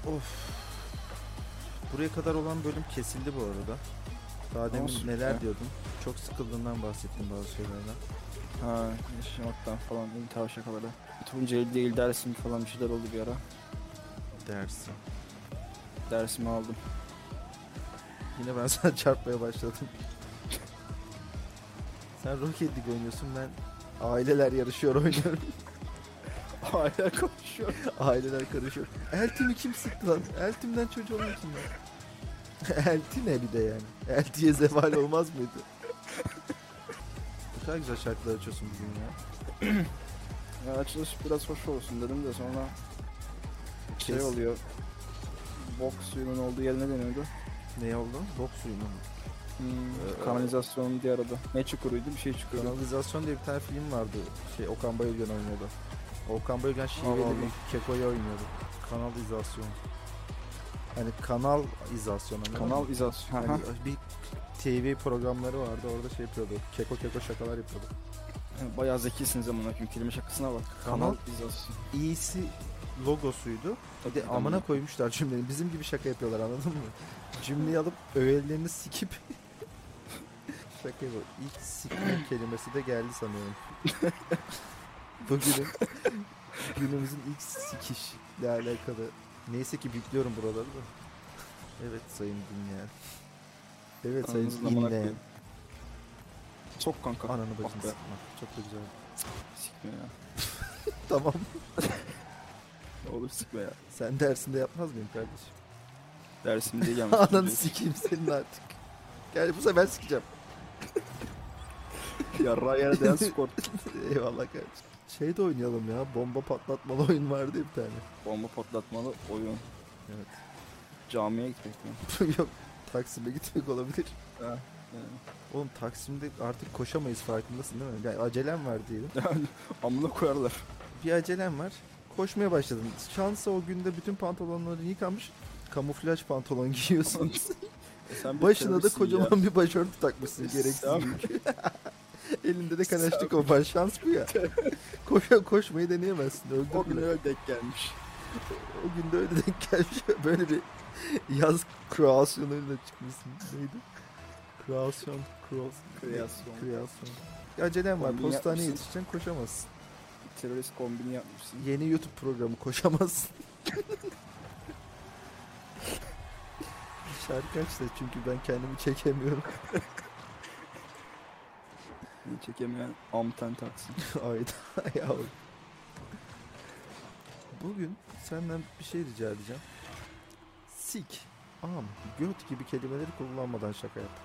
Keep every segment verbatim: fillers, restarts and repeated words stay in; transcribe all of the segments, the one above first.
Of. Buraya kadar olan bölüm kesildi bu arada. Daha demin Olsun neler ya. diyordum. Çok sıkıldığından bahsettim bazı şeylerden. Ha, yaşamaktan falan intihar şakaları. Tunceli değil Dersim falan bir şeyler oldu bir ara. Dersin. Dersimi aldım. Yine ben sana çarpmaya başladım. Sen Rocket League oynuyorsun, ben aileler yarışıyor oynuyorum. Hala konuşuyor. Aileler karışıyor. Eltim'i kim sıktı lan? Eltim'den çocuğu olan kim ya? Elti ne bir de yani? Elti'ye zeval olmaz mıydı? Bu kadar güzel şarkılar açıyorsun bugün ya. Ya açılış biraz hoş olsun dedim de sonra şey Kes. oluyor. Bok suyunun olduğu yer ne deniyordu? Ne oldu? Bok suyu mu? Hmm, Ee, kanalizasyonun diğer adı. Ne çukuruydu? Bir şey çukuru. Kanalizasyon diye bir tane film vardı. Şey, Okan Bayülgen oynuyordu. Okan Bayülgen şiveli Allah Allah. bir kekoyu oynuyordu. Kanalizasyon. Hani kanalizasyon ama. Kanalizasyon. Hani bir T V programları vardı, orada şey yapıyordu. Keko keko şakalar yapıyordu. Bayağı zekisiniz amına koyayım. Kelime şakasına bak. Kanal- Kanalizasyon. İyisi logosuydu. Bir de Tabii, amına tamam. koymuşlar cümleyi. Bizim gibi şaka yapıyorlar, anladın mı? Cümleyi alıp öğelerini sikip şaka yapıyor. İlk sikme kelimesi de geldi sanıyorum. Bugünün günümüzün ilk sikişle alakalı. Neyse ki bekliyorum buraları da. Evet sayın dinleyen. Evet sayın Anınızın amına dinleyen. koyayım. Çok kanka. Ananı Bak bacını be. sıkmak. Çok da güzel. Sikme ya. Tamam. Ne olur sikme ya. Sen dersinde yapmaz mıyım kardeşim? Dersim diye gelmiş. Ananı sikeyim senin artık. Gel bu sefer sikeceğim. Yarrağı yere değen skor. Eyvallah kardeşim. Şey de oynayalım ya. Bomba patlatmalı oyun vardı ya bir tane. Bomba patlatmalı oyun. Evet. Camiye gitmek mi? Yok. Taksim'e gitmek olabilir. Ha. Yani. Oğlum Taksim'de artık koşamayız, farkındasın değil mi? Yani acelem var diyelim. Yani amına koyarlar. Bir acelem var. Koşmaya başladım. Şansa o günde bütün pantolonların yıkanmış. Kamuflaj pantolon giyiyorsun. Sen bir Başına da teröristsin kocaman ya. bir başörtü takmışsın. Gereksiz Sen- büyük. Elinde de kanaşlık var. Şans bu ya. Koş, koşmayı deneyemezsin. Öldür O gün bile. öyle denk gelmiş. O gün de öyle denk gelmiş. Böyle bir yaz kreasyonuyla çıkmışsın. Neydi? Kreasyon. Kreasyon. Kreasyon. Kreasyon. Bir acelem var. Kombin Postaneye yapmışsın. yetişeceksin, koşamazsın. Terörist kombini yapmışsın. Yeni YouTube programı, koşamazsın. Şarkı aç da çünkü ben kendimi çekemiyorum. Beni çekemeyen amten taksın. Ayda yavrum. Bugün senden bir şey rica edeceğim. Sik, am, göt gibi kelimeleri kullanmadan şaka yap.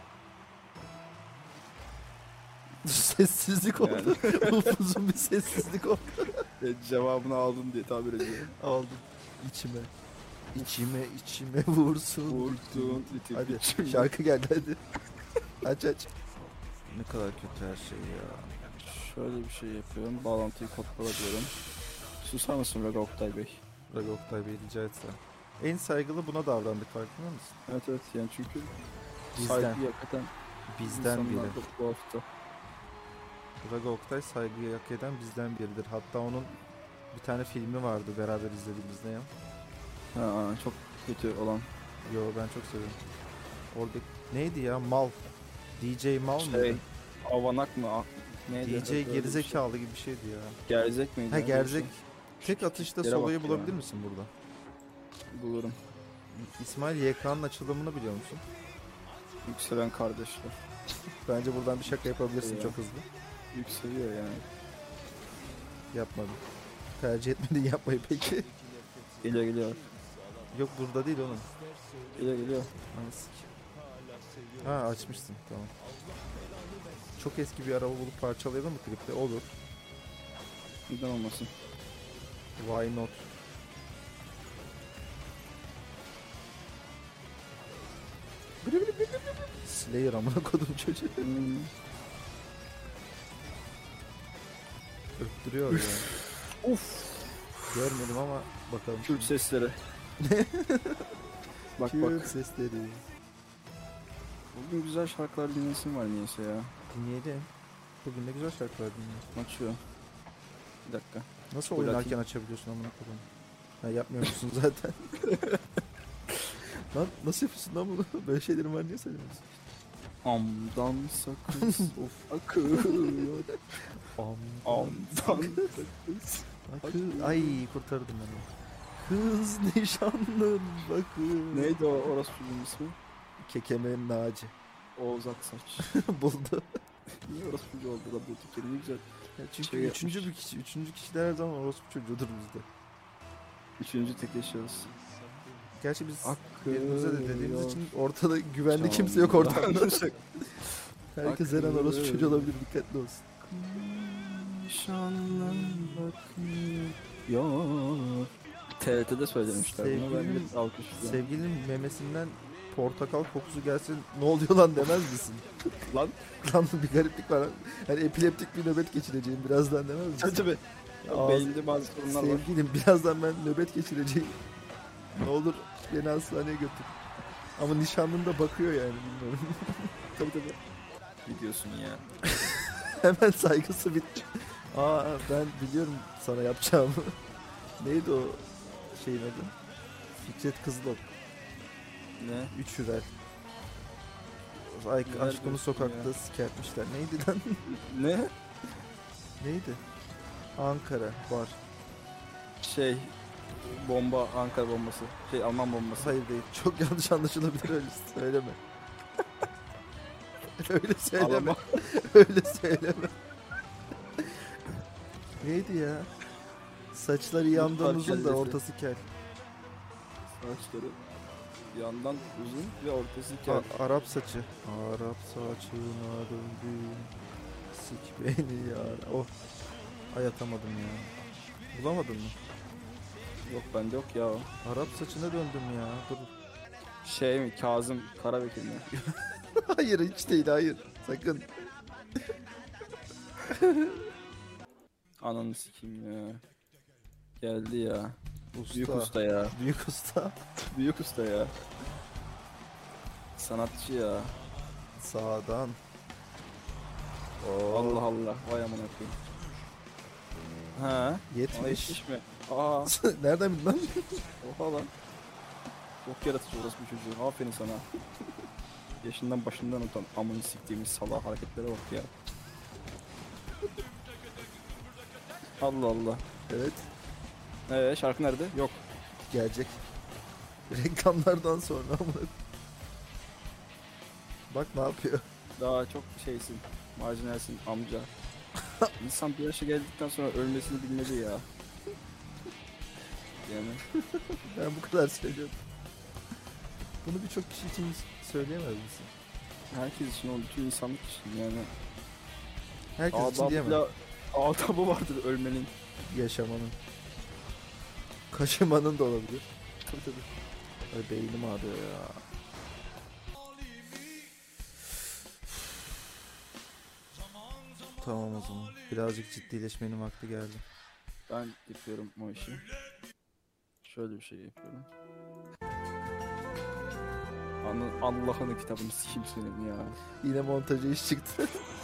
Sessizlik oldu. Uzun bir sessizlik oldu. E, cevabını aldın diye tabir ediyorum. Aldım içime. İçime içime vursun. Vurdun. iti Hadi biçim. şarkı geldi hadi. Aç aç. Ne kadar kötü her şey ya. Şöyle bir şey yapıyorum. Bağlantıyı kopyala diyorum. Susar mısın Raga Oktay Bey? Raga Oktay Bey rica etsem. En saygılı buna davrandık, farkında mısın? Evet evet yani çünkü Bizden. saygıyı hakikaten Bizden biri. insanlarda bu hafta. Raga Oktay saygıyı hak eden bizden biridir. Hatta onun bir tane filmi vardı beraber izlediğimiz, ne ya? Ha, çok kötü olan. Yo, ben çok seviyorum. Orada neydi ya? Mal. D J Mal Şey, mıydı? Avanak mı? A- Neydi? D J Öyle bir gerizekalı gibi bir şeydi ya. Şey. Gerzek miydi? Ha, Öyle bir gerzek. şey. Tek atışta Yere bak soloyu ya. bulabilir misin burada? Bulurum. İsmail Y K'nın açılımını biliyor musun? Yükselen kardeşler. Bence buradan bir şaka yapabilirsin Ya. çok hızlı. Yükseliyor yani. Yapmadım. Tercih etmedin yapmayı peki. Geliyor geliyor. Yok, burada değil oğlum. Geliyor geliyor. Anasık. Ha, açmışsın, tamam. Çok eski bir araba bulup parçalayalım mı klipte? Olur. Neden olmasın? Why not? Bili bili bili bili. Slayer amına kodum çocuğu. Hmm. Öptürüyor ya. Uf. Görmedim ama bakalım. Kürt sesleri. bak Kürt bak. sesleri. Bugün güzel şarkılar dinlesin var niyeyse ya. Dinleyelim. Bugün ne güzel şarkılar dinliyorsun. Açıyor. Bir dakika. Nasıl Dur oynarken atayım. açabiliyorsun amına kodum? Ha, yapmıyor musun zaten? Lan nasıl yapıyorsun lan bunu? Böyle şeylerim var, niye söylemiyorsun? Amdan sakız Of. akıyor. Am. Amdan sakız. Akı. Ay kurtardım ben onu. Kız nişanlın bakın. Neydi o orospunun ismi? Kekemenin Naci. Oğuz Aksaç. Buldu. Niye orospucu oldu da bu Türkiye'de ne güzel. Ya çünkü Şey üçüncü yapmış. bir kişi, üçüncü kişiler her zaman orospu çocuğudur bizde. Üçüncü tek yaşıyoruz. Gerçi biz Hakkı birbirimize de dediğimiz yok. için ortada güvenli Canım. kimse yok ortamda. Herkes her an Hakkı orospu çocuğu olabilir, dikkatli olsun. Nişanlın bakıyor. T R T'de söylemişler bunu, ben Sevgilim- de alkışlıyorum. Sevgilinin memesinden portakal kokusu gelsin ne oluyor lan demez misin? Lan Lan bir gariplik var. Hani epileptik bir nöbet geçireceğim birazdan demez misin? tabii tabii. Ağız- Beyinde bazı sorunlar var. Sevgilim birazdan ben nöbet geçireceğim. Ne olur beni hastaneye götür. Ama nişanlın da bakıyor yani, bilmiyorum. Tabii tabii. Gidiyorsun ya. Hemen saygısı bitti. Aa ben biliyorum sana yapacağımı. Neydi o şeyin adı? Fikret Kızılok. Ne? Üç Hürel. Ay, Neler aşkımı diyorsun sokakta ya? sikertmişler. Neydi lan? Ne? Neydi? Ankara var. Şey bomba, Ankara bombası. Şey Alman bombası. Hayır değil. Çok yanlış anlaşılabilir, öyle söyleme. Öyle söyleme. Alman. Öyle söyleme. Neydi ya? Saçları yandan Muhtar uzun da kellesi. ortası kel. Saçları yandan uzun ve ortası kel. A- Arap saçı. Arap saçına döndüm. Sik beni ya. Oh. Ay atamadım ya. Bulamadın mı? Yok bende yok ya. o. Arap saçına döndüm ya. Dur. Şey mi? Kazım Karabekir mi? Hayır hiç değil, hayır. Sakın. Ananı sikeyim ya. Geldi ya. Usta. Büyük usta ya. Büyük usta. Büyük usta ya. Sanatçı ya. Sağdan. Oo. Allah Allah. Vay amına koyayım. Ha? Ona yetmiş. yetmiş mi? Aa. Nereden bildin lan? Oha lan. Çok yaratıcı orası bu çocuğu. Aferin sana. Yaşından başından utan. Amını siktiğimiz salak hareketlere bak ya. Allah Allah. Evet. Ee şarkı nerede? Yok. Gelecek. Reklamlardan sonra ama. Bak ne yapıyor. Daha çok şeysin. Marjinalsin amca. İnsan bir yaşa geldikten sonra ölmesini bilmeli ya. Yani. Ben bu kadar söylüyorum. Bunu birçok kişi için söyleyemez misin? Herkes için o bütün insanlık için yani. Herkes için diyemem. Adabıyla adabı vardır ölmenin. Yaşamanın. Kaşımanın da olabilir. Tabii tabii. Ay beynim ağrıyor ya. Tamam o zaman. Birazcık ciddileşmenin vakti geldi. Ben yapıyorum o işi. Şöyle bir şey yapıyorum. Anı- Allah'ın kitabını sikeyim senin ya. Yine montaja iş çıktı.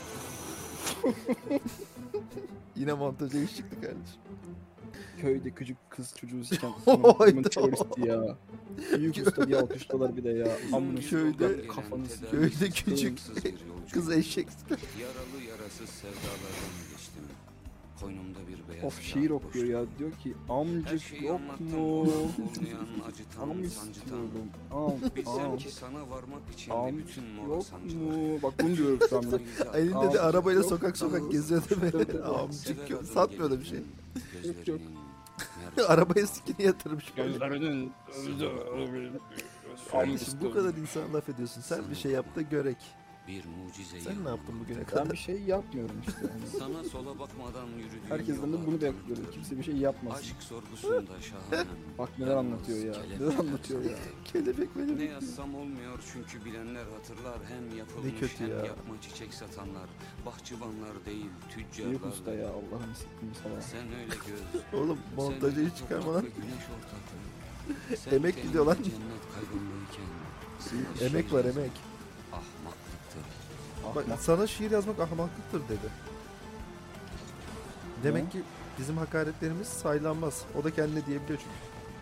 Yine montaja iş çıktı kardeşim. Köyde küçük kız çocuğu siken Hayda. adamın teröristi ya. Büyük usta diye alkışlıyorlar bir de ya. Amına Köyde- koyayım, kafanı sikeyim. Köyde küçük kız eşek. Yaralı yarasız sevdalardan geçtim. Koynumda bir beyaz Of şiir kağıt okuyor boştu. ya. Diyor ki Her amcık şeyi yok anlattım. mu? Olmayan, acıtan, Am sancıtan. istiyorum. Am, Bilsem am, ki sana varmak için am bir bütün mor yok sancılar. mu? Bak bunu diyorum sana. Elinde de Amcık arabayla yok sokak sokak mu? geziyordu Tabii, böyle. tabii. Amcık Sever yok. adım Satmıyor da bir şey. gelirken Yok, yok. gözlerinin mercek- Arabaya sikini yatırmış böyle. Gözlerinin Kardeşim bu kadar insan laf ediyorsun. Sen bir şey yap da görek. bir mucize. Sen ne yaptın bugüne Ben kadar? bir şey yapmıyorum işte. Yani. Sana sola bakmadan yürüdüğüm Herkesten de bunu da yapıyorum. Kimse bir şey yapmasın. Aşk sorgusunda şahanem. Bak neler anlatıyor ya. Neler anlatıyor ya. Kelebek Ne melebek. yazsam olmuyor çünkü bilenler hatırlar. Hem yapılmış Ne kötü hem ya. yapma çiçek satanlar. Bahçıvanlar değil Büyük tüccarlar. usta ya Allah'ım siktim sana. Sen öyle göz. Oğlum sen montaja öyle hiç çıkarma lan. toprak ve güneş ortaklığı. Sen Emek teninde gidiyor lan. Cennet kaybındayken. sana Emek şiir var yazmak emek. Ahmaklıktır. Bak Ahmak. sana şiir yazmak ahmaklıktır dedi. Demek Ne? ki bizim hakaretlerimiz saylanmaz. O da kendine diyebiliyor çünkü.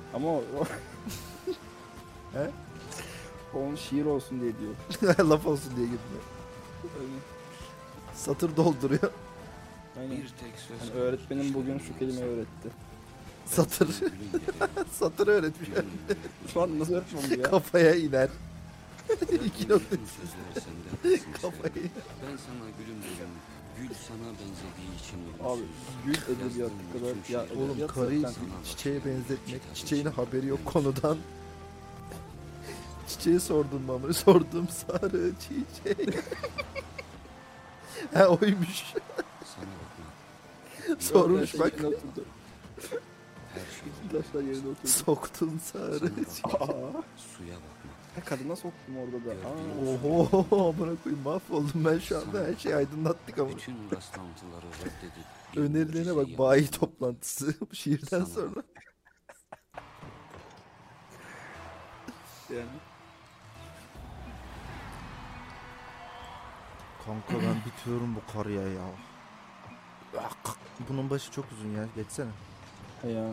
Ama o, o He? onun şiir olsun diye diyor. Laf olsun diye girdi. Öyle. Satır dolduruyor. Aynen. Bir tek söz Hani kalır, öğretmenim bugün şu düşmanın kelimeyi arasında. öğretti. Satır. Gülün yeri, Satır öğretmiş. gülün yeri. Şu an nasıl öğretmem bu ya? Kafaya iner. Zaten İki nokta. bütün sözler senden olsun Kafayı isterim. iner. Ben sana gülüm derim. Gül sana benzediği için Abi ölümsüz. gül edebiyatı Yazdığım kadar bütün ya şiirler Oğlum edebiyat karıyı zaten çiçeğe benzetmek, çiçeğin haberi yok konudan. Çiçeği sordum mamı, sordum sarı çiçek. Ha oymuş. Sana bakmak, Sormuş Her bak. şey yerine oturdu. her şey. Taşlar yerine oturdu. Soktun sarı Sana çiçek. bakmak, Aa, suya bakmak. ya kadına soktum orada da. Aa, Oho amına koyayım mahvoldum ben şu anda her şeyi aydınlattık ama. Bütün rastlantıları reddedip bir Önerilerine bak mucizeyi bayi yapmak. toplantısı bu şiirden Sana sonra. yani. Kanka ben bitiyorum bu karıya ya. Ah, bunun başı çok uzun ya geçsene. Ha ya.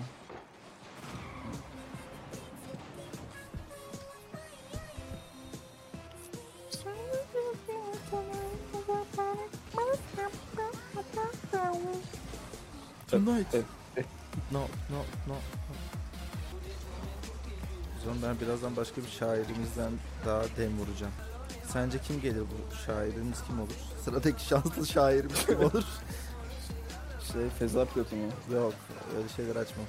Tonight. Evet, No no no. O zaman ben birazdan başka bir şairimizden daha dem vuracağım. Sence kim gelir bu şairimiz kim olur? Sıradaki şanslı şairimiz kim olur? Şey Feza pilotu mu? Yok öyle şeyler açmam.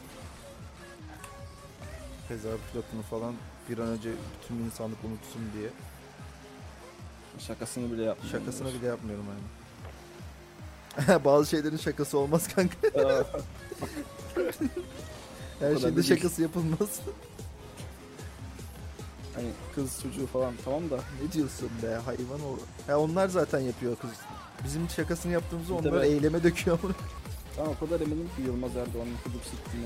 Feza pilotunu falan bir an önce bütün insanlık unutsun diye. Şakasını bile yapmıyor. Şakasını bile yapmıyorum yani. Bazı şeylerin şakası olmaz kanka. Aa, Her kadar şeyde da değil. şakası yapılmaz. hani kız çocuğu falan tamam da. Ne diyorsun be hayvan o. Ya onlar zaten yapıyor kız. Bizim şakasını yaptığımızda Bir de onlar ben- eyleme döküyor ama. Ben o kadar eminim ki Yılmaz Erdoğan'ın kudup siktiğine.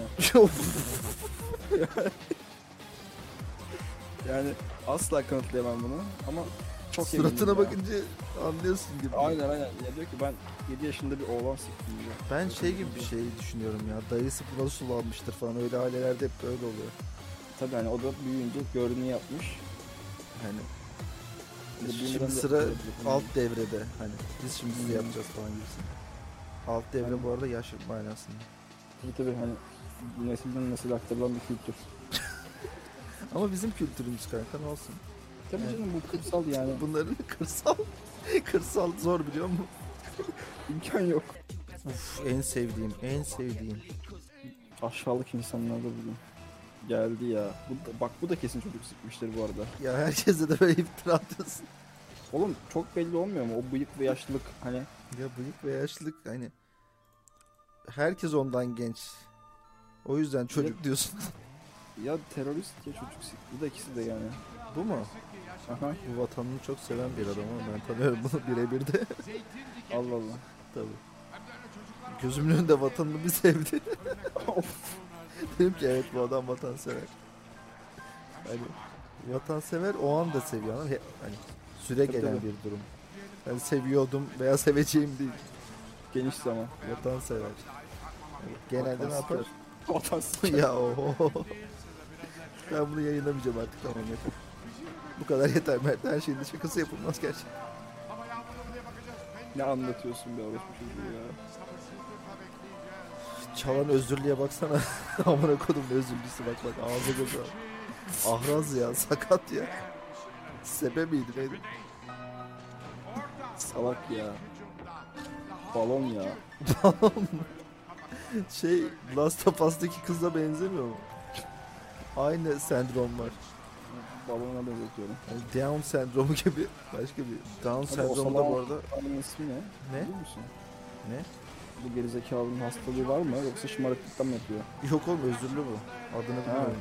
Yani asla kanıtlayamam bunu ama çok eminim Suratına ya. bakınca anlıyorsun gibi. Aynen aynen. Ya diyor ki ben yedi yaşında bir oğlan siktim diyor. Ben şey gibi bir şey düşünüyorum ya. Dayısı buna sulanmıştır falan. Öyle ailelerde hep böyle oluyor. Tabii hani o da büyüyünce gördüğünü yapmış. Hani Bir de şimdi büyümeden de- sıra alt devrede. Hani biz şimdi sizi Hmm. yapacağız falan gibisin. Alt devre Aynen. bu arada yaş manasında. Tabii tabii hani nesilden nesile aktarılan bir kültür. Ama bizim kültürümüz kanka ne olsun. Tabii Evet. canım bu kırsal yani. Bunların kırsal kırsal zor biliyor musun? İmkan yok. Uf, en sevdiğim, en sevdiğim. Aşağılık insanlar da bugün. Geldi ya. Bu da- bak bu da kesin çocuk sıkmıştır bu arada. Ya herkese de böyle iftira atıyorsun. Oğlum çok belli olmuyor mu? O bıyık ve yaşlılık hani. Ya bıyık ve yaşlılık hani herkes ondan genç. O yüzden çocuk diyorsun. Ya terörist ya çocuk sık. Bu da ikisi de yani. Bu mu? Aha. Bu vatanını çok seven bir adam ama ben tanıyorum bunu birebir de. Allah Allah. Tabii. Gözümün önünde vatanını bir sevdi. Dedim ki evet bu adam vatansever. Hani vatansever o anda seviyor ama hep hani süre Tabii, gelen tabii. bir durum. Ben seviyordum veya seveceğim değil. Geniş zaman. Vatansever. Yani genelde ne yapar? Vatansız. Ya oho. Ben bunu yayınlamayacağım artık tamam yeter. Bu kadar yeter Mert. Her şeyin de şakası yapılmaz gerçekten. Ne anlatıyorsun be orospu çocuğu ya. Çalan özürlüye baksana. Amına kodum özürlüsü bak bak ağzı gözü. Ahraz ya sakat ya. Sebe miydi neydi? Salak ya. Balon ya. Şey Last of Us'taki kızla benzemiyor mu? Aynı sendrom var. Balona benzetiyorum. Yani Down sendromu gibi başka bir. Down Abi o sendromu da salağın- bu arada Onun ismi ne? ne? Biliyor musun? Ne? Bu gerizekalının hastalığı var mı yoksa şımarıklıktan mı yapıyor? Yok oğlum özürlü bu. Adını Ha. bilmiyorum.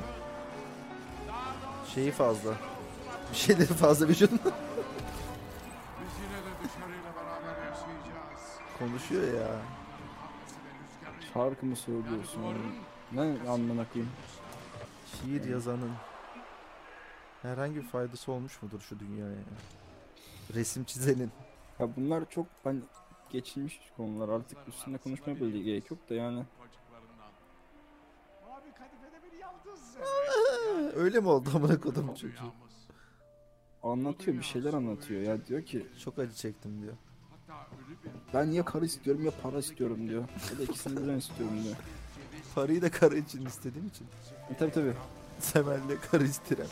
Şeyi fazla. Bir şeyleri fazla vücudunda. Biz yine de dışarıyla beraber yaşayacağız. Konuşuyor ya. Şarkı mı söylüyorsun? Ne anlamına koyayım? Şiir yazanın herhangi bir faydası olmuş mudur şu dünyaya? ya? Resim çizenin. Ya bunlar çok ben geçilmiş konular artık üstünde konuşmaya bile gerek yok da yani. Bacıklarından. Abi kadifede beni yaldı. Öyle mi oldu amına kodum çocuğu? Anlatıyor, bir şeyler anlatıyor ya, diyor ki Çok acı çektim diyor. ben ya karı istiyorum ya para istiyorum diyor. Ya da ikisini birden istiyorum diyor. Parayı da karı için istediğim için. E, tabi tabi. Semel'le karı isterim.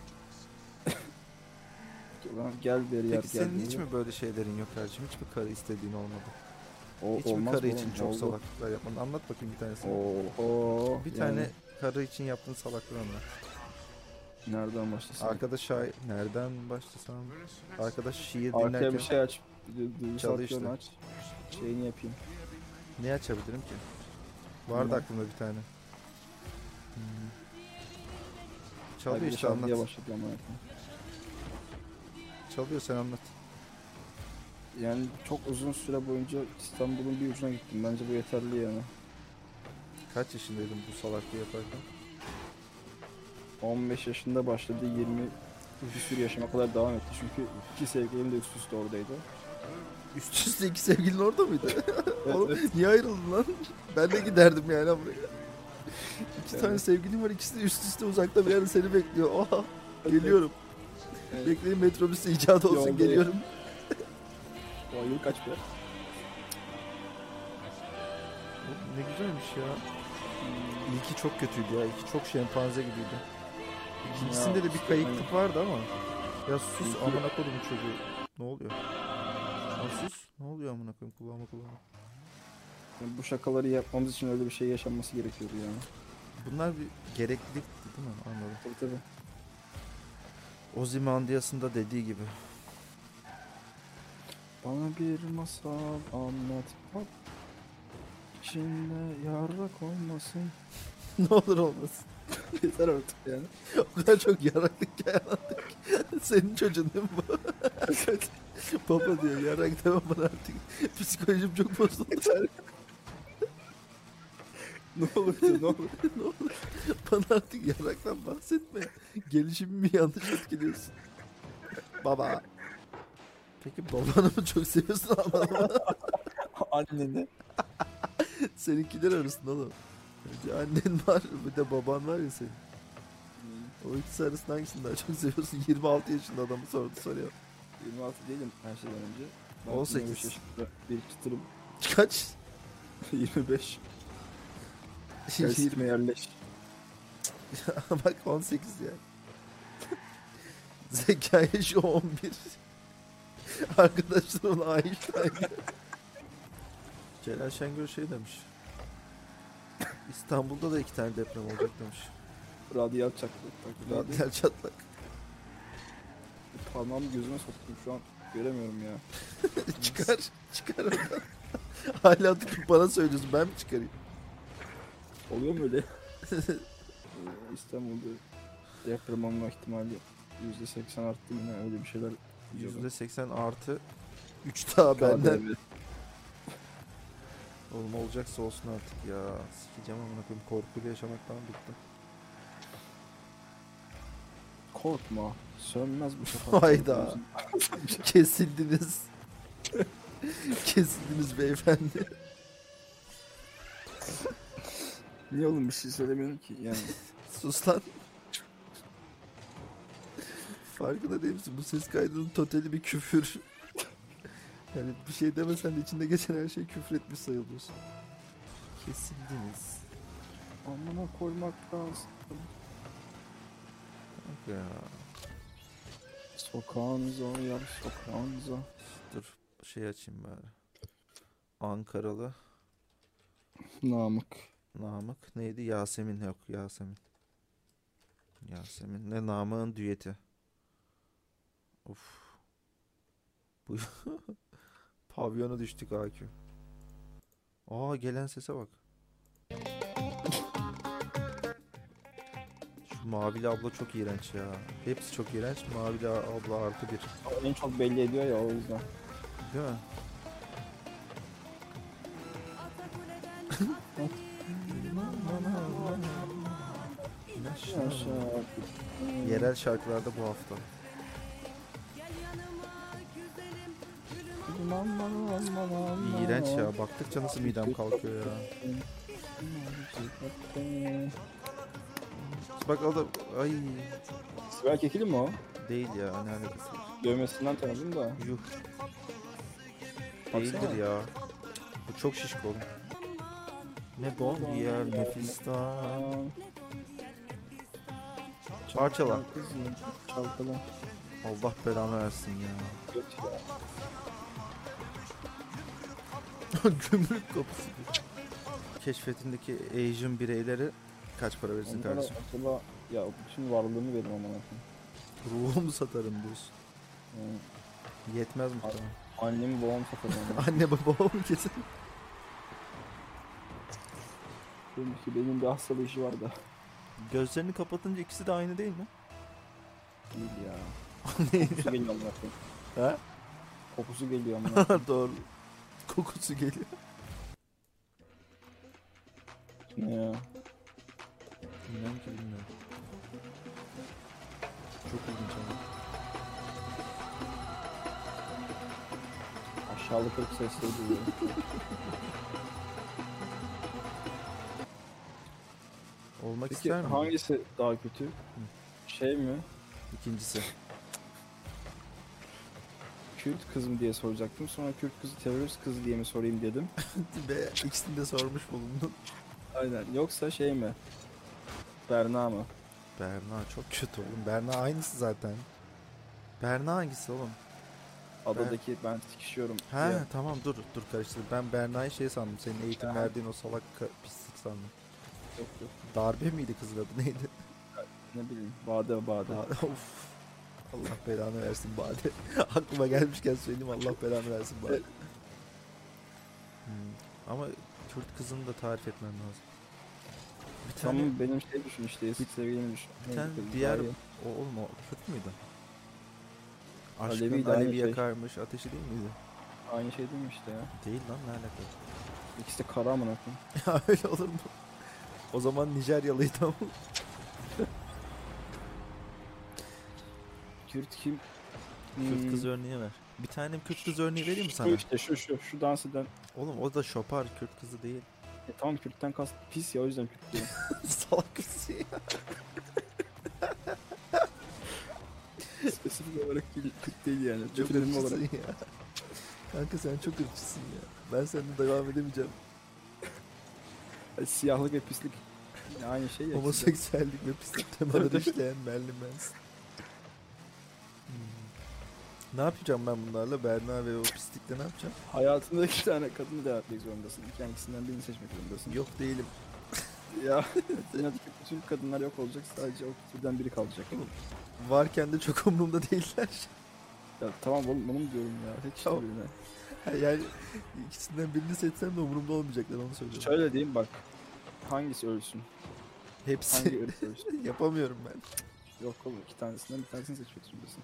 Lan gel bir yer Peki gel. senin hiç diyor. mi böyle şeylerin yok kardeşim? Hiçbir karı istediğin olmadı? O, Hiç mi olmaz karı mı için oğlum? çok Oldu. salaklıklar yapmadın? Anlat bakayım bir tanesini. Oho. Bir yani tane karı için yaptığın salaklığı anlat. nereden başlasam? Arkadaş şair... Nereden başlasam? Arkadaş şiir Arkaya dinlerken bir şey aç. Du- Duygusal Çalı işte. piyano aç. Şeyini yapayım. ne açabilirim ki? Vardı Bilmem. aklımda bir tane. Hmm. Hadi Çalıyor bir işte şarkıya anlat. başladı ama yapayım. Çalıyor sen anlat. Yani çok uzun süre boyunca İstanbul'un bir ucuna gittim. Bence bu yeterli yani. Kaç yaşındaydın bu salaklığı yaparken? on beş yaşında başladı, yirmi bir sürü yaşıma kadar devam etti. Çünkü iki sevgilim de üst üste oradaydı. Üst üste iki sevgilin orada mıydı? Oğlum evet. niye ayrıldın lan? Ben de giderdim yani buraya. İki Evet. tane sevgilim var, ikisi de üst üste uzakta bir yerde seni bekliyor. Oha geliyorum. Evet. Bekleyin metrobüs icat olsun Yolda- geliyorum. O yıl kaç be? Oğlum, ne güzelmiş ya. İlki çok kötüydü ya. İlki çok şempanze gibiydi. İkincisinde Ya, de bir kayıklık aynen. vardı ama. Ya sus İlki- amına kodumun çocuğu. Ne oluyor? Ya sus. Ne oluyor amına koyayım kulağıma kulağıma. Yani bu şakaları yapmamız için öyle bir şey yaşanması gerekiyordu yani. Bunlar bir gereklilikti değil mi? Anladım. Tabii tabii. Ozymandias'ın da dediği gibi. Bana bir masal anlat. Bak. İçinde yarrak olmasın. Ne olur olmasın. Yeter artık yani. O kadar çok yaraklık hikaye anlattık ki. Senin çocuğun değil mi bu? Evet. Baba diyor yarak demem bana artık. Psikolojim çok bozuldu. Yeter. ne olurdu ne olur. Ne olur bana artık yaraktan bahsetme. Gelişimimi yanlış etkiliyorsun. Baba. Peki babanı mı çok seviyorsun ama Anneni. seninkiler arasında oğlum. Bir annen var bir de baban var ya senin. O ikisi arasında hangisini daha çok seviyorsun? yirmi altı yaşında adamı sordu soruyor. yirmi altı değilim her şeyden önce. Ben on sekiz. yirmi beş yaşında bir çıtırım. Kaç? yirmi beş. Gel sikme yerleş. Bak on sekiz ya. Zeka yaşı on bir. Arkadaşlar ona Einstein. Celal Şengör şey demiş. İstanbul'da da iki tane deprem olacak demiş. Radyal çaktı. Radyo. Radyal çatlak. Parmağımı gözüme soktum şu an. Göremiyorum ya. Çıkar. Çıkar oradan. Hala tutup bana söylüyorsun ben mi çıkarayım? Oluyor mu öyle? Ee, İstanbul'da deprem olma ihtimali yüzde seksen arttı yine öyle bir şeyler. yüzde seksen artı üç daha benden. Evet. Oğlum olacaksa olsun artık ya. Sikeceğim amına koyayım. Korkuyla yaşamaktan bıktım. Korkma. Sönmez bu şafak. Hayda. Kesildiniz. Kesildiniz beyefendi. Niye oğlum bir şey söylemiyorum ki yani. Sus lan. Farkında değil misin? Bu ses kaydının totali bir küfür. Yani bir şey demesen de içinde geçen her şey küfür etmiş sayılıyorsun. Kesildiniz. Amına koymak lazım. Bak ya. Sokağınıza yar sokağınıza. Dur şey açayım bari. Ankaralı Namık. Namık neydi? Yasemin yok Yasemin. Yasemin ne Namık'ın düeti. Of. Bu pavyona düştük A Q. Aa gelen sese bak. Şu Mavili abla çok iğrenç ya. Hepsi çok iğrenç. Mavili abla artı bir. En çok belli ediyor ya o yüzden. Değil mi? Aşağı. Yerel şarkılarda bu hafta. İğrenç ya. Baktıkça nasıl midem kalkıyor ya. Bak o da ay Sibel Kekili mi o? değil ya ne alakası var. Dövmesinden tanıdım da. Yuh Baksana. değildir ya. Bu çok şişko oğlum. Ne bon yer nefistan. Parçala. Çalkala. Allah belanı versin ya. Göt ya. Gümrük kapısı. Keşfetindeki Asian bireyleri kaç para verirsin Onlara kardeşim? acaba ya bütün varlığımı veririm ama. Ruhumu satarım diyorsun. Yani Yetmez muhtemelen. annemi babamı satarım ama. Anne babamı kesin. Dedim ki benim bir hastalığı işi var da. Gözlerini kapatınca ikisi de aynı değil mi? Değil ya. Neydi? Kokusu geliyor amına koyayım. Ha? Kokusu geliyor amına. Doğru. Kokusu geliyor. Ne ya? Bilmiyorum ki bilmiyorum. Çok ilginç ama. Aşağılık ırk sesleri duyuyorum. Olmak Peki ister miydin? hangisi daha kötü? Şey mi? İkincisi. Kürt kız mı diye soracaktım. Sonra Kürt kızı terörist kız diye mi sorayım dedim. Ve ikisini de sormuş bulundum. Aynen. Yoksa şey mi? Berna mı? Berna çok kötü oğlum. Berna aynısı zaten. Berna hangisi oğlum? Adadaki ben sikişiyorum. Ha diye. tamam dur dur karıştır. Ben Berna'yı şey sandım. Senin eğitim Ha. verdiğin o salak ka- pislik sandım. Yok yok. Darbe miydi kızın adı neydi? Ne bileyim. Bade bade. Ba- of. Allah belanı versin Bade. Aklıma gelmişken söyleyeyim Allah belanı versin Bade. Hmm. Ama Kürt kızını da tarif etmem lazım. Bir tane, Tamam benim şey düşün işte eski sevgilimi düşün. bir Neydi tane kız? diğer Gaye. o oğlum o Kürt müydü? Aşkın Aleviydi, Alevi, aynı şey. yakarmış ateşi değil miydi? Aynı şey değil mi işte ya? Değil lan ne alaka? İkisi de kara amına koyayım. Ya öyle olur mu? O zaman Nijeryalıydı ama. Kürt kim? Kürt Hmm, kız örneği ver. Bir tane Kürt kız örneği vereyim mi Şu sana? işte şu şu şu dans eden. Oğlum o da şopar Kürt kızı değil. E, tamam Kürt'ten kast pis ya o yüzden Kürt diyorum. Salak kızı ya. Spesifik olarak değil, Kürt değil yani. Çok Çok olarak. ırkçısın ya. Kanka sen çok ırkçısın ya. Ben seninle devam edemeyeceğim. Yani siyahlık ve pislik yine aynı şey ya. Homoseksüellik ve pislik temaları işleyen Merlin Manson. Hmm. Ne yapacağım ben bunlarla? Berna ve o pislikle ne yapacağım? Hayatında iki tane kadını devam etmek zorundasın. İki ikisinden birini seçmek zorundasın. Yok değilim. Ya dünyadaki bütün kadınlar yok olacak. Sadece o türden biri kalacak. Varken de çok umurumda değiller. Ya tamam oğlum onu mu diyorum ya? Tek işte Tamam. birine. Yani ikisinden birini seçsem de umurumda olmayacaklar onu söylüyorum. Şöyle diyeyim bak. Hangisi ölsün? Hepsi. Hangi ırk ölsün? Yapamıyorum ben. Yok oğlum iki tanesinden bir tanesini seçmek zorundasın.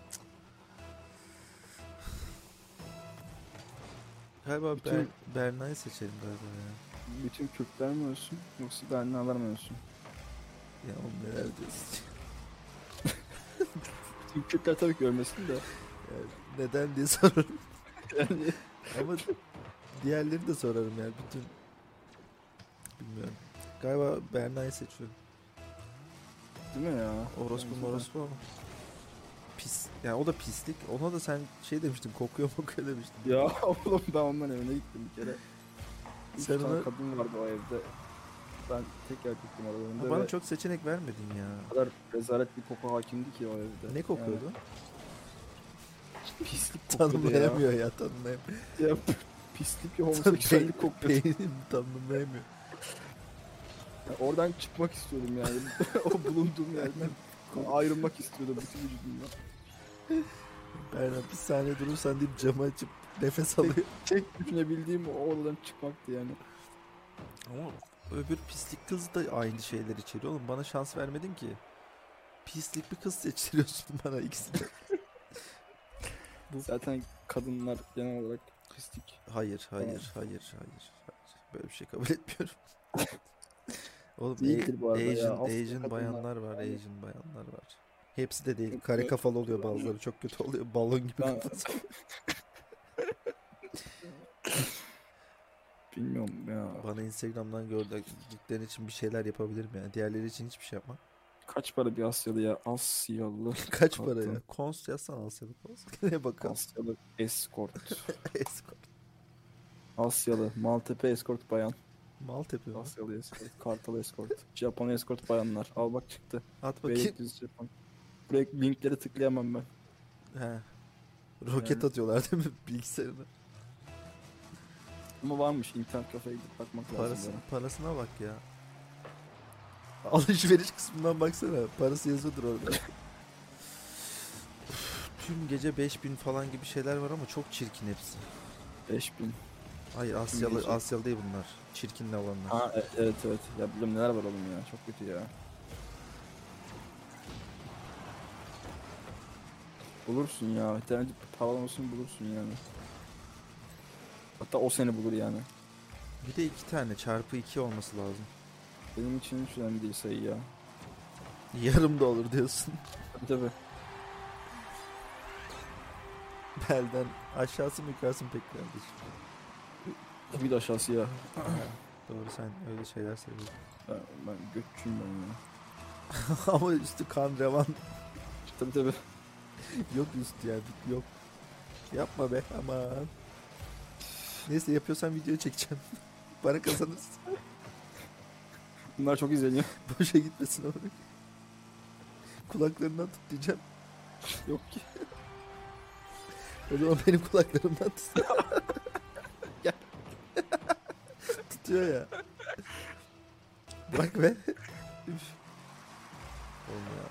Galiba Bütün- Ber Berna'yı seçelim galiba ya. Bütün Kürtler mi ölsün? Yoksa Bernalar mı ölsün? Ya oğlum neler diyorsun? Bütün Kürtler tabii ki ölmesin de. Yani neden diye sorarım. Yani Ama diğerleri de sorarım yani bütün. Bilmiyorum. Galiba Berna'yı seçiyorum. değil mi ya? Orospu Bence de. morospu ama. Pis. Yani o da pislik. Ona da sen şey demiştin kokuyor mokuyor demiştin. Ya oğlum ben onların evine gittim bir kere. Üç Sen tane ona- kadın vardı o evde. Ben tek erkektim aralarında Ha, bana ve çok seçenek vermedin ya. o kadar rezalet bir koku hakimdi ki o evde. Ne kokuyordu? Yani pislik kokuyordu ya. Tanımlayamıyor ya tanımlayamıyor. Ya pislik ve homoseksüellik kokuyordu. Beynim tanımlayamıyor. Ya oradan çıkmak istiyordum yani. O bulunduğum yerden ayrılmak istiyordum bütün vücudumdan. Berna bir saniye durursan deyip camı açıp nefes alıyor. Tek düşünebildiğim o odadan çıkmaktı yani. Ama öbür pislik kız da aynı şeyler içeriyor oğlum. Bana şans vermedin ki. Pislik bir kız seçtiriyorsun bana ikisini. Zaten kadınlar genel olarak pislik. Hayır, hayır, hayır, hayır, hayır. Böyle bir şey kabul etmiyorum. Oğlum Değildir bu arada ya. Asian, Aslında Asian kadınlar- bayanlar var, Yani- Asian bayanlar var. Hepsi de değil. Yok, Kare yok. kafalı oluyor bazıları. Çok kötü oluyor. Balon gibi Ben- kafası. Bilmiyorum ya. Bana Instagram'dan gördüklerin için bir şeyler yapabilirim yani. Diğerleri için hiçbir şey yapmam. Kaç para bir Asyalı ya? Asyalı. Kaç para Kaptan. ya? Kons yazsana Asyalı kons. Neye bakalım? Asyalı escort. Escort. Asyalı. Maltepe escort bayan. Maltepe mi? Asyalı escort. Kartal escort. Japon escort bayanlar. Al bak çıktı. At bakayım. Beylikdüzü Japon. Buraya linkleri tıklayamam ben. He. Roket Yani. atıyorlar değil mi bilgisayarına? Ama varmış. internet kafeye gidip bakmak lazım. Parası, böyle. parasına bak ya. Alışveriş kısmından baksana. Parası yazıyordur orada. Üf, tüm gece beş bin falan gibi şeyler var ama çok çirkin hepsi. beş bin. Hayır Asyalı, gece. Asyalı değil bunlar. Çirkin olanlar. Ha e- evet evet. Ya biliyorum neler var oğlum ya. Çok kötü ya. Bulursun ya. İnternet paralamasını bulursun yani. Hatta o seni bulur yani. Bir de iki tane çarpı iki olması lazım. Benim için hiç önemli değil sayı ya. Yarım da olur diyorsun. Tabii tabii. Belden aşağısı mı yukarısı mı pek kardeşim? Bir de aşağısı ya. Doğru sen öyle şeyler seviyorsun. Ben, ben göççüyüm ben ya. Ama üstü kan revan. Tabii tabii. Yok üstü yani yok. Yapma be aman. Neyse yapıyorsan video çekeceğim. Para kazanırsın. Bunlar çok izleniyor. Boşa gitmesin onu. Kulaklarından tut diyeceğim. Yok ki. O zaman benim kulaklarımdan tut. Gel. Tutuyor ya. Bırak be. Üf. Oğlum ya.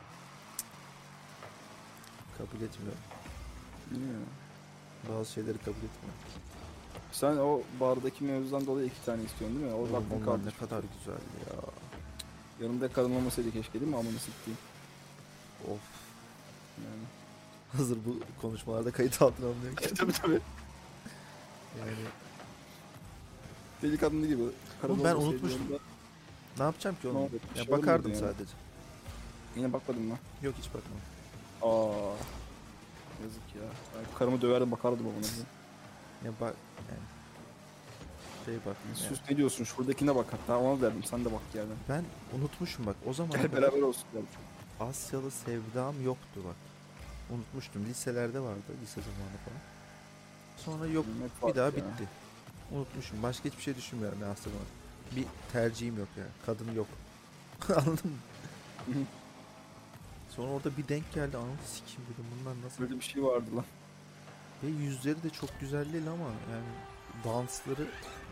Kabul etmiyorum. Bilmiyorum. Bazı şeyleri kabul etmiyorum. Sen o bardaki mevzudan dolayı iki tane istiyorsun değil mi? O Oğlum aklın onlar kaldı. ne kadar güzel ya. Yanımda kadın olmasaydı keşke değil mi? Amını siktiğim. Of. Yani. Hazır bu konuşmalarda kayıt altına alınıyor ki. tabii tabii. Yani Deli kadın gibi. Karın Oğlum ben olmasaydı unutmuştum. yanımda- ne yapacağım ki Ne oğlum? oldu? Bir Ya şey olmadı bakardım yani. sadece. Yine bakmadın mı? Yok hiç bakmam. Aa. Yazık ya. Ben karımı döverdim bakardım ona. Ya bak yani. Şey bak. ya. Sus ne diyorsun? Şuradakine bak hatta ona derdim. Sen de bak yani. Ben unutmuşum bak. O zaman Gel beraber olsun derdim. Asyalı sevdam yoktu bak. Unutmuştum. Liselerde vardı. Lise zamanı falan. Sonra yok. Bilmek Bir var daha ya. bitti. Unutmuşum. Başka hiçbir şey düşünmüyorum ne Asyalı var. Bir tercihim yok yani. Kadın yok. Anladın mı? Hı hı. Sonra orada bir denk geldi. Anladın sikim dedim. Bunlar nasıl? Böyle bir şey vardı lan. Ve yüzleri de çok güzel değil ama yani dansları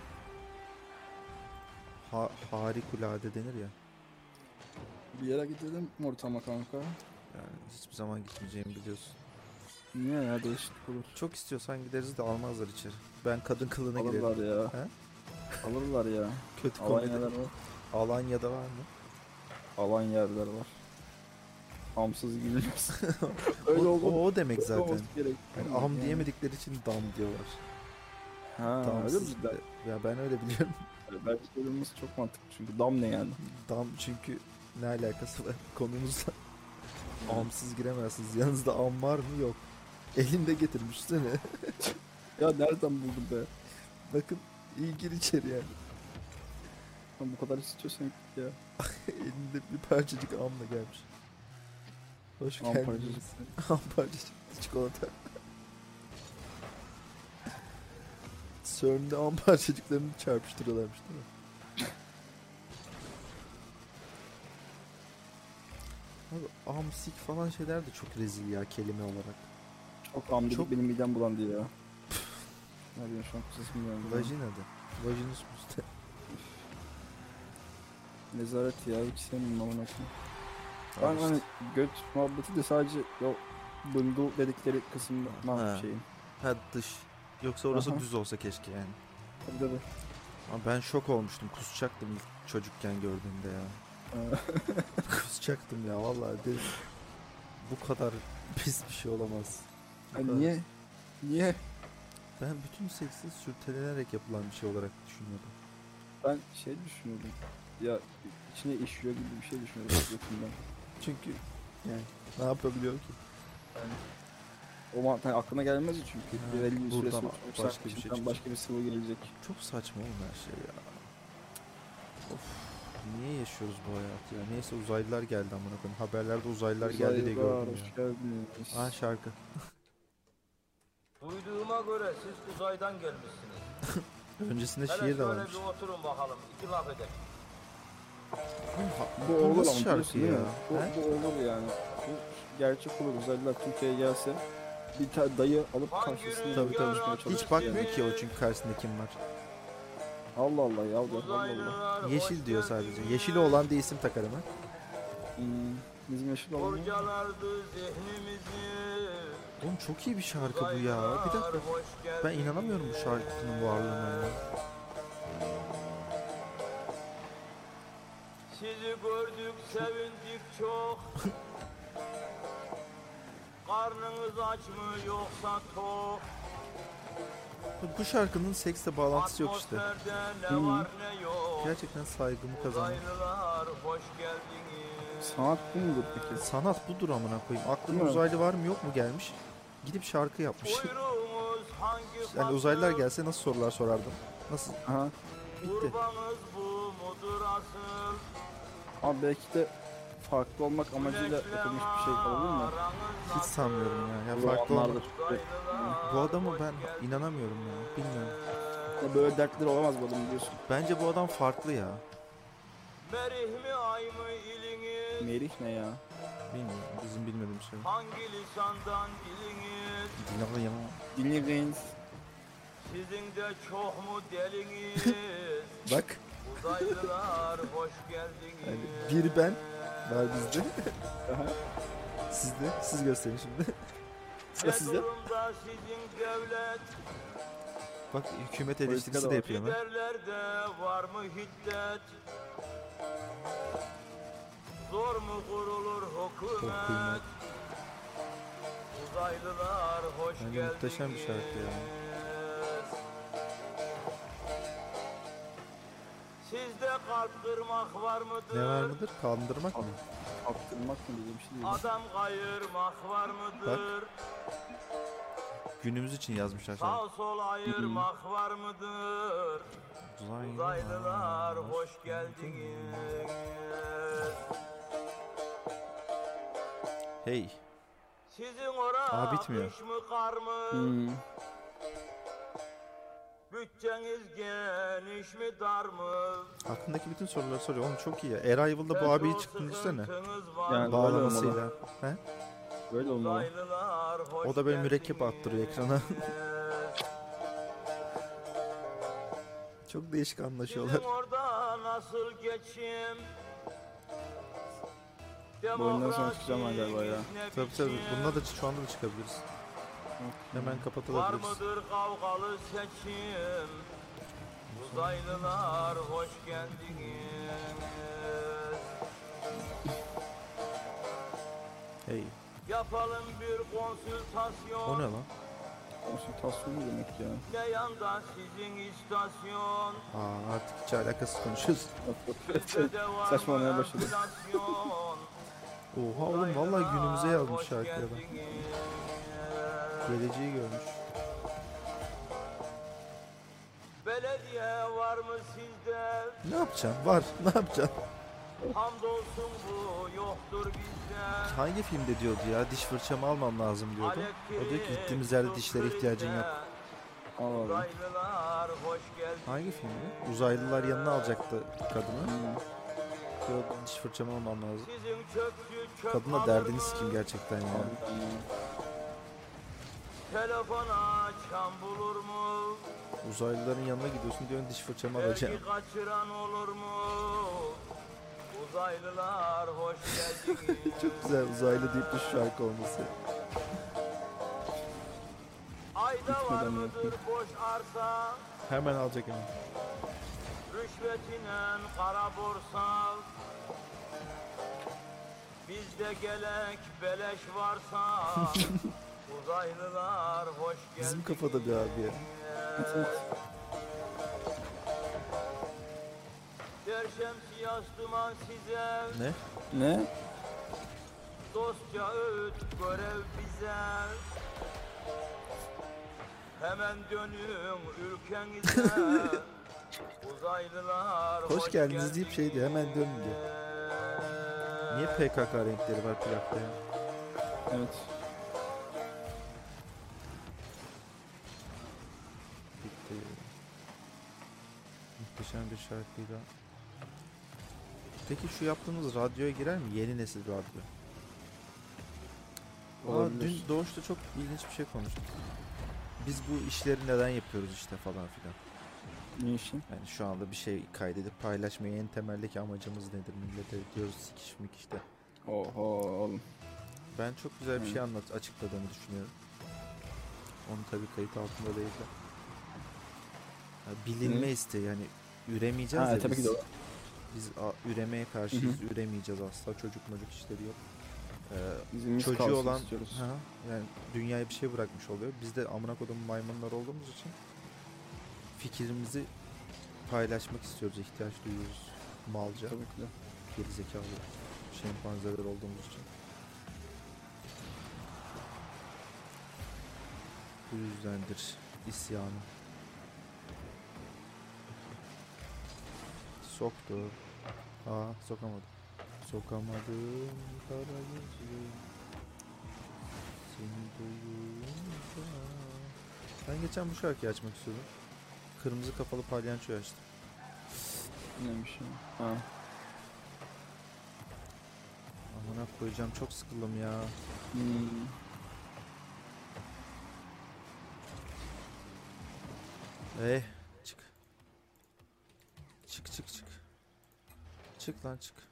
ha harikulade denir ya. Bir yere gidelim mi ortama kanka? Yani hiçbir zaman gitmeyeceğimi biliyorsun. Niye ya değişiklik olur. Çok istiyorsan gideriz de almazlar içeri. Ben kadın kılığına girerim. Alırlar ya. He? Alırlar ya. Kötü komedi. Alanya'lar var. Alanya'da var mı? Alan yerler var. Hamsız gidilmez. Öyle o, oldu. o, o demek zaten. Olması gerek. Yani am diyemedikleri için dam diyorlar. Ha, öyle mi Damsız. cidden? Ya ben öyle biliyorum. Belki söylemesi çok mantıklı çünkü dam ne yani? Dam çünkü ne alakası var konumuzla. Amsız giremezsiniz. Yanınızda am var mı? Yok. Elinde getirmişsene. Ya nereden buldun be? Bakın iyi gir içeri yani. Lan bu kadar istiyorsan git ya. Elinde bir parçacık amla gelmiş. Hoş Am geldiniz. parçacık. Am parçacık çikolata. CERN'de am parçacıklarını çarpıştırıyorlarmış değil mi? Abi amsik falan şeyler de çok rezil ya kelime olarak. Çok am dedik Çok- benim midem bulandı ya. Ne diyorsun şu an kusasım geldi. Vajina'da. Vajinus muste. Nezaret ya hiç sevmiyorum amına koyayım. Al Ben işte. hani göt muhabbeti de sadece o bıngıl dedikleri kısımda Ha. ne şeyim. Ha dış. Yoksa orası Aha. düz olsa keşke yani. Tabii tabii. Ama ben şok olmuştum. Kusacaktım ilk çocukken gördüğümde ya. Ee, Kusacaktım ya vallahi dedim. Bu kadar pis bir şey olamaz. Bu hani kadar- niye? Niye? Ben bütün seksi sürtelenerek yapılan bir şey olarak düşünüyordum. Ben şey düşünüyordum. Ya içine işiyor gibi bir şey düşünüyordum götümden. Çünkü yani ne yapabiliyor ki? O man hani aklına gelmez ya çünkü. Ha, Bir elli bir süresi buradan başka başka bir bir şey başka bir sıvı gelecek. Çok saçma oğlum her şey ya. Of. Niye yaşıyoruz bu hayatı ya? Neyse uzaylılar geldi amına koyayım. Haberlerde uzaylılar geldi diye Uzaylılar, gördüm hoş ya. geldiniz. Aa şarkı. Duyduğuma göre siz uzaydan gelmişsiniz. Öncesinde Hele şiir de şöyle varmış. bir oturun bakalım. İki laf edelim. Ha- Bu olur nasıl ama şarkı biliyorsun değil ya? mi? Bu, He? bu olur yani. Bu gerçek olur. Uzaylılar Türkiye'ye gelse bir tane dayı alıp Hangi karşısında Tabii, tabii. konuşmaya çalışır. Hiç bakmıyor ki o çünkü karşısında kim var. Allah Allah ya. Allah Allah. Uzaylılar Yeşil hoş diyor sadece. geldiniz. Yeşili olan diye isim takar hemen. Hmm, bizim yeşil olur mu? Kurcalardı zihnimizi. Oğlum çok iyi bir şarkı bu ya. Bir dakika. Uzaylılar hoş Ben inanamıyorum bu şarkının varlığına ya. Sizi gördük, sevindik çok. Karnınız aç mı yoksa tok? Bu şarkının seksle bağlantısı yok işte. Atmosferde ne var ne yok. Gerçekten saygımı kazandı. Uzaylılar hoş geldiniz. Sanat bu mudur peki? Sanat budur amına koyayım. Aklına Değil mi? uzaylı var mı yok mu gelmiş. Gidip şarkı yapmış. Buyruğunuz hangi Yani uzaylılar fasıl? gelse nasıl sorular sorardım. Nasıl? Aha. Bitti. Kurbanız bu mudur asıl? Ama belki de farklı olmak amacıyla yapılmış bir şey olabilir mi? Hiç sanmıyorum ya. Ya Bu farklı olma. anlarda Bu adamı ben inanamıyorum ya. Bilmiyorum. çok- böyle dertleri olamaz bu adam biliyorsun. Bence bu adam farklı ya. Merih mi ay mı iliniz? Merih ne ya? Bilmiyorum. Bizim bilmediğimiz şey. Hangi lisandan diliniz? Dinlemeyemem. Dinleyin. Sizin de çok mu deliniz? Bak. Uzaylılar hoş geldiniz. Yani bir ben var bizde. Sizde. Siz gösterin şimdi. Ne sizde. durumda sizin devlet? Bak hükümet Politika eleştirisi da de var. yapıyor hemen. Liderlerde var mı hiddet? Zor mu kurulur hükümet? Hükümet. Uzaylılar hoş Bence geldiniz. muhteşem bir şarkı ya. Sizde kalp kırmak var mıdır? Ne var mıdır? Kandırmak mı? Kaptırmak mı diye bir şey değil. Adam kayırmak var mıdır? Günümüz için yazmışlar şarkı. Sağ sol ayırmak var mıdır? Uzaylılar hoş geldiniz. Hey. Sizin ora Aa, bitmiyor. kış mı kar mı? Hmm. Bütçeniz geniş mi dar mı? Hakkındaki bütün soruları soruyor. Oğlum çok iyi ya. Arrival'da bu abiyi çıktın düşünsene. Sıkıntınız var Yani mı? Bağlamasıyla. He? Böyle olmalı. Uzaylılar hoş O da böyle mürekkep geldiniz. attırıyor ekrana. Çok değişik anlaşıyorlar. Sizin orada nasıl geçim? Bu oyundan sonra çıkacağım ben galiba ya. Tabii tabii. Bunda da şu anda da çıkabiliriz. Hemen Var kapatılabiliriz. mıdır kavgalı seçim? Uzaylılar hoş geldiniz. Hey. Yapalım bir konsültasyon. O ne lan? Konsültasyon mu demek ya? Ne yanda sizin istasyon? Aa, artık hiç alakasız konuşuyoruz. Sizde de var Saçmalamaya mı başladı. enflasyon? Oha oğlum vallahi günümüze Uzaylılar yazmış hoş şarkıyı adam. geldiniz. Geleceği görmüş. Belediye var mı sizde? Ne yapacaksın? Var. Ne yapacaksın? Hamdolsun bu yoktur bizde. Hangi filmde diyordu ya? Diş fırçamı almam lazım diyordu. O diyor ki gittiğimiz yerde dişlere ihtiyacın yok. Allah Allah. Uzaylılar hoş geldiniz. Hangi filmdi? Uzaylılar yanına alacaktı kadını. Hmm. Diyor diş fırçamı almam lazım. Sizin çöpçü çöp Kadına alır derdini mı? sikim gerçekten ya. Harbiden ya. Telefon açan bulur mu? Uzaylıların yanına gidiyorsun diyorsun diş fırçamı alacağım. Vergi kaçıran olur mu? Uzaylılar hoş geldiniz. Çok güzel uzaylı deyip de şu şarkı olması. Ayda var Bitmeden mıdır boş arsa? Hemen alacak hemen. Rüşvetinen kara borsa. Bizde gelek beleş varsa. Uzaylılar hoş geldiniz. Bizim kafada bir abi ya. Derşem siyastıma size. Ne? Ne? Dostça öğüt görev bize. Hemen dönün ülkenize. Uzaylılar Hoş geldiniz deyip şey diyor, hemen dön diyor. Niye P K K renkleri var plakta ya? Evet. Bitti. Muhteşem bir şarkıyla. Peki şu yaptığımız radyoya girer mi? Yeni nesil radyo. Aa, Olabilir. dün Doğuş'ta çok ilginç bir şey konuştuk. Biz bu işleri neden yapıyoruz işte falan filan. Ne işi? Yani şu anda bir şey kaydedip paylaşmayı en temeldeki amacımız nedir? Millete diyoruz sikiş mikiş de. Oho oğlum. Ben çok güzel bir Hı. şey anlat açıkladığımı düşünüyorum. Onu tabii kayıt altında değil de. Ya bilinme Hı. isteği, yani üremeyeceğiz Ha ya tabii biz. ki de o. Biz a- üremeye karşıyız, üremeyeceğiz asla. Çocuk mocuk işleri yok. Ee, Bizim iz çocuğu kalsın olan istiyoruz. ha, yani dünyaya bir şey bırakmış oluyor. Biz de amına kodumun maymunlar olduğumuz için fikrimizi paylaşmak istiyoruz, ihtiyaç duyuyoruz malca, Tabii ki de. gerizekalı şempanzeler olduğumuz için. Bu yüzdendir isyanım. Soktu. Aa, sokamadım. Sokamadım kara gözlüm. Seni duyunca. Ben geçen bu şarkıyı açmak istiyordum. Kırmızı kafalı palyançoyu açtım. Neymiş ya? Ha. Amına koyacağım, çok sıkıldım ya. Hmm. Eh, çık. Çık çık çık. Çık lan çık.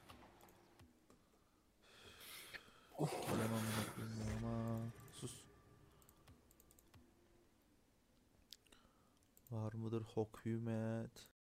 Ulan amına koyayım ama. Sus. Var mıdır hokümet?